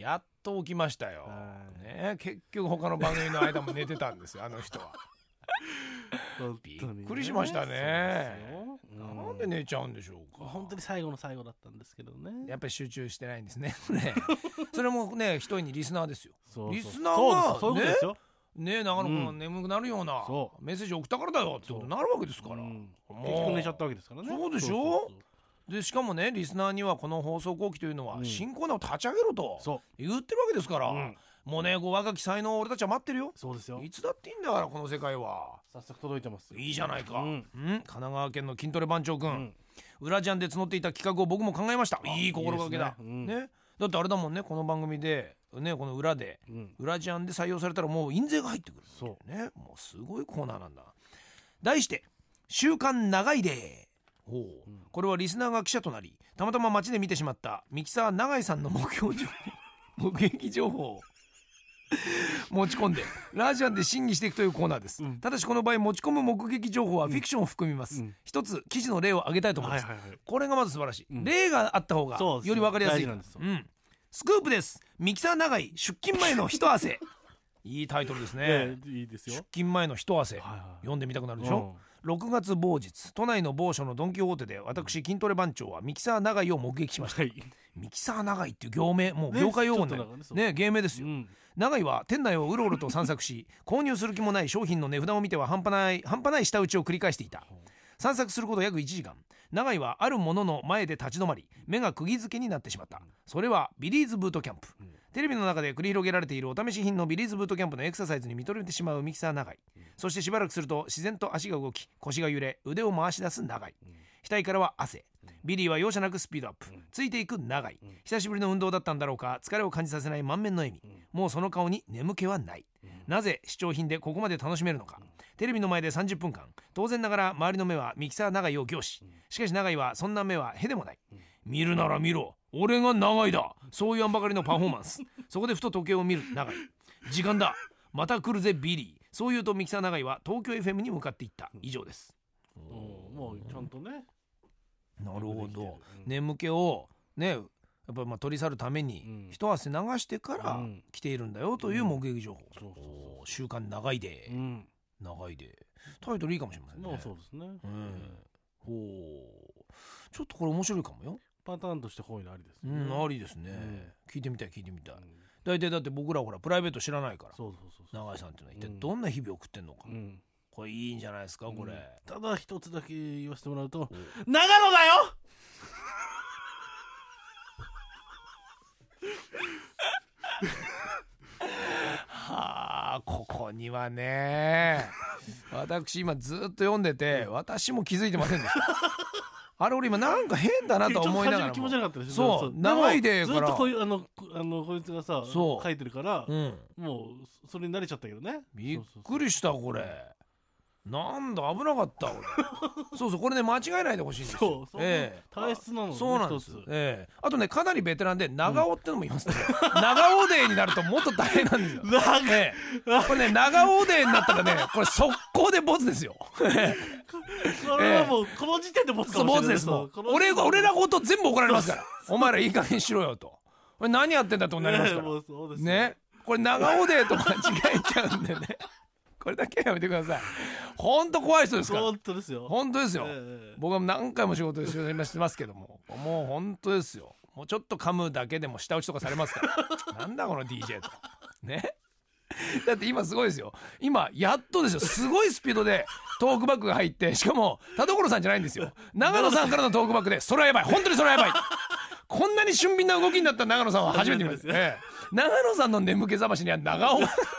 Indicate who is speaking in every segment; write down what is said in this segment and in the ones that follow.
Speaker 1: やっと起きましたよ、ね、結局他の番組の間も寝てたんですよあの人はびっくりしましたね。なんで寝ちゃうんでしょうか。
Speaker 2: 本当に最後の最後だったんですけどね。
Speaker 1: やっぱり集中してないんですねそれもね一人にリスナーですよ。リスナ
Speaker 2: ーが
Speaker 1: ね
Speaker 2: ね
Speaker 1: 長野君が眠くなるようなメッセージ送ったからだよってことになるわけですから、
Speaker 2: 結局寝ちゃったわけですからね。
Speaker 1: そうでしょ。でしかもねリスナーにはこの放送後期というのは新コーナーを立ち上げろと言ってるわけですから、もうね若き才能俺たちは待ってるよ。
Speaker 2: そうですよ。
Speaker 1: いつだっていいんだからこの世界は。
Speaker 2: 早速届いてます。
Speaker 1: いいじゃないか、神奈川県の筋トレ番長くん、ウラジャンで募っていた企画を僕も考えました。いい心がけだね。だってあれだもんねこの番組でねこの裏で、裏ジャンで採用されたらもう印税が入ってくるそうね。もうすごいコーナーなんだ。題して週刊長いでこれはリスナーが記者となりたまたま街で見てしまったミキサー永井さんの目撃情報を持ち込んでラジアンで審議していくというコーナーです、ただしこの場合持ち込む目撃情報はフィクションを含みます、一つ記事の例を挙げたいと思います、これがまず素晴らしい、例があった方がより分かりやすい。スクープです。ミキサー長井出勤前の一汗いいタイトルですね、
Speaker 2: いいですよ。
Speaker 1: 出勤前の一汗、読んでみたくなるでしょ、6月某日都内の某所のドン・キホーテで私筋トレ番長はミキサー長井を目撃しました、ミキサー長井っていう業名もう業界用語ね芸名ですよ、長井は店内をうろうろと散策し購入する気もない商品の値札を見ては半端ない舌打ちを繰り返していた。散策すること約1時間、長井はあるものの前で立ち止まり目が釘付けになってしまった。それはビリーズブートキャンプ、テレビの中で繰り広げられているお試し品のビリーズブートキャンプのエクササイズに見とれてしまうミキサー長井、そしてしばらくすると自然と足が動き腰が揺れ腕を回し出す長井、額からは汗、ビリーは容赦なくスピードアップ、ついていく長井、久しぶりの運動だったんだろうか疲れを感じさせない満面の笑み、もうその顔に眠気はない。なぜ視聴品でここまで楽しめるのか。テレビの前で30分間当然ながら周りの目はミキサー長井を凝視、しかし長井はそんな目はへでもない。見るなら見ろ俺が長井だ、そう言わんばかりのパフォーマンスそこでふと時計を見る長井、時間だまた来るぜビリー、そう言うとミキサー長井は東京 FM に向かっていった。以上です。
Speaker 2: もうちゃんとね。
Speaker 1: なるほど、眠気をねやっぱり取り去るために一汗流してから来ているんだよという目撃情報、週刊長いで、長いでタイトルいいかもしれませんね。
Speaker 2: そうですね、
Speaker 1: ちょっとこれ面白いかもよ。
Speaker 2: パターンとしてこういうのありですね、
Speaker 1: ありですね、聞いてみたい大体だって僕らほらプライベート知らないから、長井さんっていうのは一体どんな日々を送ってんのか、これいいんじゃないですかこれ、
Speaker 2: ただ一つだけ言わせてもらうと、長野だよ
Speaker 1: はあ、ここにはね私今ずっと読んでて私も気づいてませんでしたあれ俺今なんか変だなと思いながらも、そう長いでから
Speaker 2: ずっとこいつがさ書いてるから、もうそれに慣れちゃったけどね。
Speaker 1: びっくりしたこれ。なんだ危なかった俺そうこれね間違えないでほしいんですよ。
Speaker 2: 体質なのね。
Speaker 1: そうなんです。あとねかなりベテランで長尾ってのもいますね、長尾デーになるともっと大変なんですよこれね長尾デーになったらねこれ速攻でボツですよ
Speaker 2: これはもうこの時点でボツかもしれない。
Speaker 1: ボツですもん。俺らごと全部怒られますからお前らいい加減しろよと、これ何やってんだとなりますからね。これ長尾デーと間違えちゃうんでねこれだけはやめてください。本当怖い人ですから。
Speaker 2: 本当ですよ。
Speaker 1: 本当ですよ。僕は何回も仕事でしてますけども、もう本当ですよ。もうちょっと噛むだけでも舌打ちとかされますからなんだこの DJ とね。だって今すごいですよ。今やっとですよ。すごいスピードでトークバックが入って、しかも田所さんじゃないんですよ。長野さんからのトークバックでそれはやばい、本当にそれはやばいこんなに俊敏な動きになった長野さんは初めて見ます、長野さんの眠気覚ましには長尾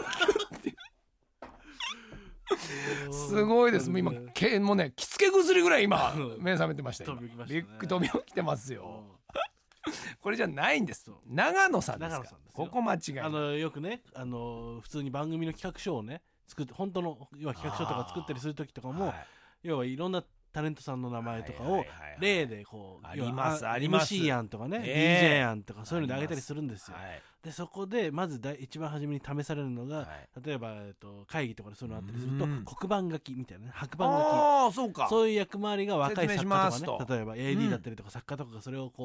Speaker 1: すごいです。もう今もうね着付け薬ぐらい今目覚めてましたよ。びっくり飛び起きてますよこれじゃないんです。長野さんですか。ここ間違い
Speaker 2: よくね普通に番組の企画書をね作って、本当の要は企画書とか作ったりする時とかも、要はいろんなタレントさんの名前とかを例でこう
Speaker 1: ありますあります
Speaker 2: MC 案とかね、DJ 案とかそういうのであげたりするんですよ。でそこでまず一番初めに試されるのが、例えば会議とかでそういうのあったりすると、黒板書きみたいなね、白板書き、そういう役回りが若い作家とかね、例えば AD だったりとか作家とかがそれをこう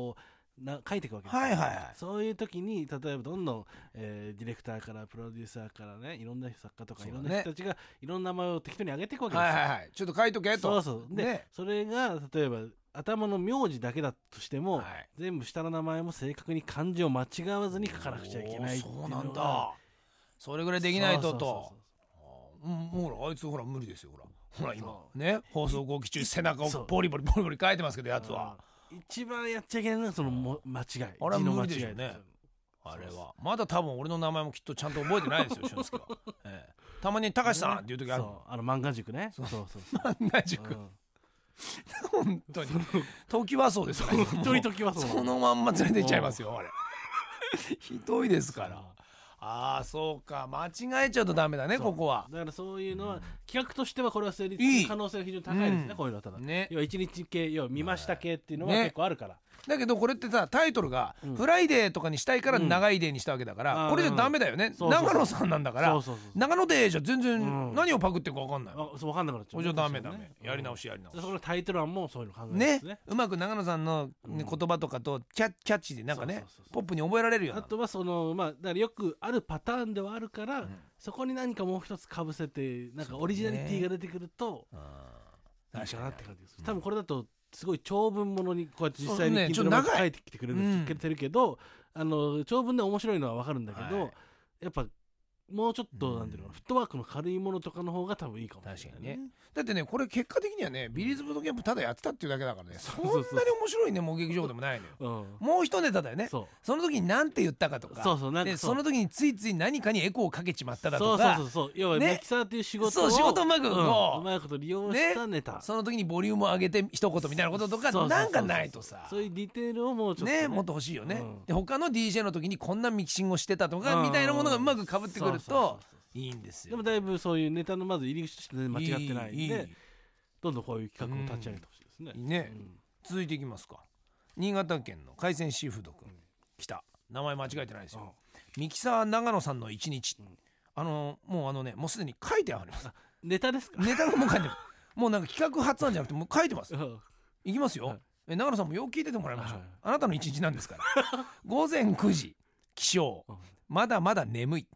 Speaker 2: 書いていくわけですよ、
Speaker 1: はいはいはい、
Speaker 2: そういう時に例えばどんどん、ディレクターからプロデューサーからね、いろんな作家とかいろんな人たちがいろんな名前を適当に上げていくわけですよ、
Speaker 1: はいはいはい、ちょっと書いとけと。
Speaker 2: そうそうで、ね、それが例えば頭の名字だけだとしても、はい、全部下の名前も正確に漢字を間違わずに書かなくちゃいけないっていうのが、そうなんだ、
Speaker 1: それぐらいできないとと。もうほらあいつほら無理ですよ、ほら今ね、放送後期中背中をボリボリボリボリ書いてますけど、やつは
Speaker 2: 一番やっちゃいけないのはその間違い、
Speaker 1: あれは無理でしょうね。あれはまだ多分俺の名前もきっとちゃんと覚えてないですよ、俊介は、たまに高橋さんっていう時あるの、
Speaker 2: 漫画塾ね、そう
Speaker 1: 漫画塾、本当にトキワ荘ですよね、
Speaker 2: 本当にトキワ荘
Speaker 1: そのまんま連れて行っちゃいますよ、あれひどいですから。ああそうか、間違えちゃうとダメだね、ここは。
Speaker 2: だからそういうのは、企画としてはこれは成立する可能性が非常に高いですね、こういうのは。ただね、要は一日系、要は見ました系っていうのは結構あるから、
Speaker 1: だけどこれってさ、タイトルがフライデーとかにしたいから長いデーにしたわけだから、これじゃダメだよね。長野さんなんだから、長野デーじゃ全然何をパクってるか分かんない。
Speaker 2: 分かんなくなっちゃう。
Speaker 1: じゃダメダメ、やり直しやり直し。
Speaker 2: そのタイトル案もそういうの考えですね。
Speaker 1: うまく長野さんの言葉とかとキャッチでなんかね、ポップに覚えられるような。
Speaker 2: あとはそのだからよくあるパターンではあるから、そこに何かもう一つかぶせてなんかオリジナリティが出てくるといいかなって感じです。多分これだとすごい長文ものにこうやって実際にKindleで書いてきてくれるけど、長文で面白いのは分かるんだけど、やっぱもうちょっとなんていうの、フットワークの軽いものとかの方が多分いいかもしれない。
Speaker 1: 確かにね。だってね、これ結果的にはね、ビリーズブートキャンプただやってたっていうだけだからね、そんなに面白いね目撃情報でもないのよ。もう一ネタだよね。その時に何て言ったかとか、でその時についつい何かにエコーをかけちまっただとか、
Speaker 2: 要はミキサーっていう仕事を
Speaker 1: うまく
Speaker 2: うまいこと利用したネタ、
Speaker 1: その時にボリュームを上げて一言みたいなこととかなんかないとさ、
Speaker 2: そういうディテールをもうちょっとね
Speaker 1: もっと欲しいよね。で他の DJ の時にこんなミキシングをしてたとかみたいなものがうまくかぶってくるといいんですよ。
Speaker 2: でもだいぶそういうネタのまず入り口として間違ってないんで、どんどんこういう企画を立ち上げてほしいですね。
Speaker 1: 続いていきますか。新潟県の海鮮シーフードくん、来た。名前間違えてないですよ。ミキサー長野さんの一日、もうすでに書いてあります。
Speaker 2: ネタですか？
Speaker 1: ネタがもう書いてます。もうなんか企画発案じゃなくてもう書いてます。いきますよ。長野さんもよく聞いててもらいましょう。あなたの一日なんですから午前9時起床、まだまだ眠い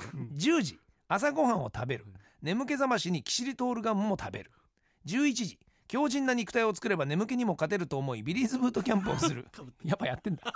Speaker 1: 10時朝ごはんを食べる、眠気覚ましにキシリトールガンも食べる、11時強靭な肉体を作れば眠気にも勝てると思いビリーズブートキャンプをするやっぱやってんだ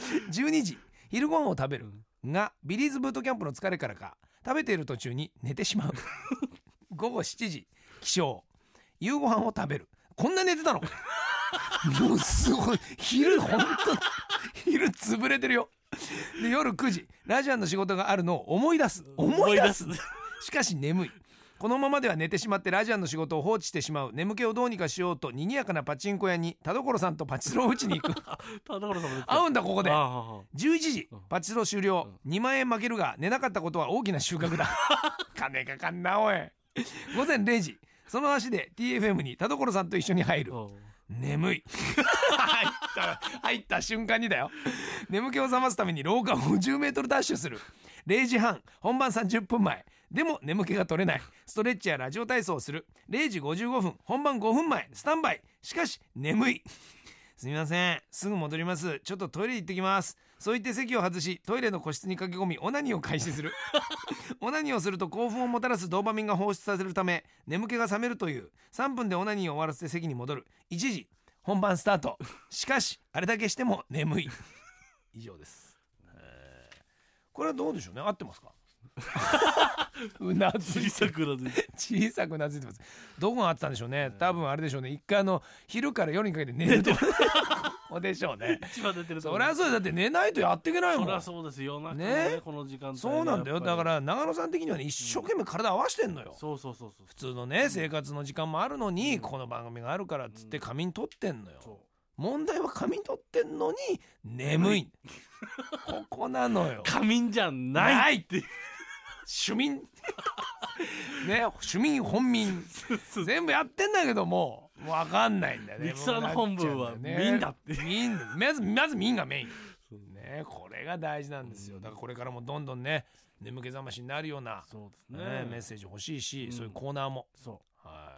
Speaker 1: 12時昼ごはんを食べる、がビリーズブートキャンプの疲れからか食べている途中に寝てしまう午後7時起床、夕ごはんを食べる。こんな寝てたのもうすごい昼、本当に昼潰れてるよ。で夜9時ラジアンの仕事があるのを思い出すしかし眠い。このままでは寝てしまってラジアンの仕事を放置してしまう。眠気をどうにかしようと賑やかなパチンコ屋に田所さんとパチスロを打ちに行く会うんだここで。11時パチスロ終了、2万円負けるが寝なかったことは大きな収穫だ金かかんなおい午前0時その足で TFM に田所さんと一緒に入る。眠い入った瞬間にだよ。眠気を覚ますために廊下を10メートルダッシュする。0時半本番30分前でも眠気が取れない。ストレッチやラジオ体操をする。0時55分本番5分前スタンバイ。しかし眠い。すみませんすぐ戻ります、ちょっとトイレ行ってきます。そう言って席を外しトイレの個室に駆け込みオナニーを開始するオナニーをすると興奮をもたらすドーパミンが放出されるため眠気が覚めるという。3分でオナニーを終わらせて席に戻る。1時本番スタート。しかしあれだけしても眠い以上です。これはどうでしょうね、合ってますかうなずいて
Speaker 2: 小さく
Speaker 1: うなずいてます。どこが合ってたんでしょうね。多分あれでしょうね、一回昼から夜にかけて寝るとこでしょうね。
Speaker 2: 一番出てると
Speaker 1: そりゃそうだ、だって寝ないとやっていけないもん。
Speaker 2: そりゃそうですよね、この時間帯。
Speaker 1: そうなんだよ。だから長野さん的にはね一生懸命体合わしてんのよ。
Speaker 2: そう
Speaker 1: 普通のね生活の時間もあるのに、この番組があるからっつって仮眠取ってんのよ。問題は仮眠取ってんのに眠いここなのよ。
Speaker 2: 仮眠じゃないって
Speaker 1: 趣眠ね、趣眠本眠全部やってんだけどもう分かんないんだよね。
Speaker 2: ミキサーの本文は民だって
Speaker 1: まず民がメインね、これが大事なんですよ。だからこれからもどんどんね眠気覚ましになるようなメッセージ欲しいし、そういうコーナーも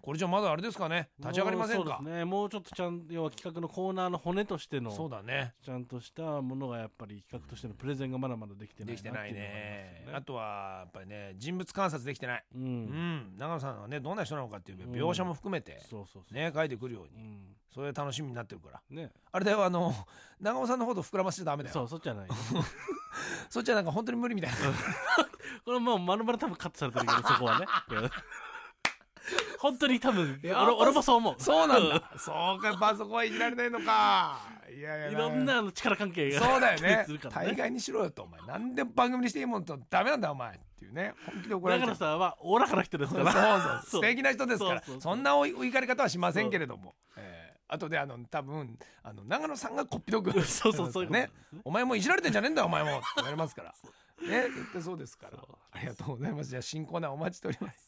Speaker 1: これじゃまだあれですかね、立ち上がりませんか。
Speaker 2: そうですね、もうちょっとちゃん要は企画のコーナーの骨としての
Speaker 1: そうだね、
Speaker 2: ちゃんとしたものがやっぱり企画としてのプレゼンがまだまだできてないな
Speaker 1: できてないね。
Speaker 2: っていうのがありますよね。
Speaker 1: あとはやっぱりね、人物観察できてない。
Speaker 2: う
Speaker 1: うんん、長野さんはねどんな人なのかっていう
Speaker 2: うん
Speaker 1: 描写も含めて
Speaker 2: そうそうそう
Speaker 1: ね書いてくるように、
Speaker 2: うん
Speaker 1: それ楽しみになってるから。
Speaker 2: ね、
Speaker 1: あれだよ、長尾さんのこと膨らませちゃダメだよ。
Speaker 2: そうそっちはない
Speaker 1: そっちはなんか本当に無理みたいな。
Speaker 2: これもう丸々多分カットされてるけどそこはね本当に多分俺もそう思う。
Speaker 1: そうなんだ。そうか、やっぱそこはいじられないのか。いやいや、
Speaker 2: いろんな力関係が
Speaker 1: そうだよね
Speaker 2: するからね。
Speaker 1: 大概にしろよと、お前なんで番組にしていいもんとダメなんだお前っていうね、本気で怒られちゃう。
Speaker 2: 長野さんはおおらかな人ですから
Speaker 1: そう素敵な人ですから、そんなお怒り方はしませんけれども、あとで多分長野さんがこっぴどく
Speaker 2: そう
Speaker 1: ね、お前もいじられてんじゃねえんだよお前もって言われますからね、絶対そうですから。ありがとうございます。じゃあ新コーナーお待ちしております。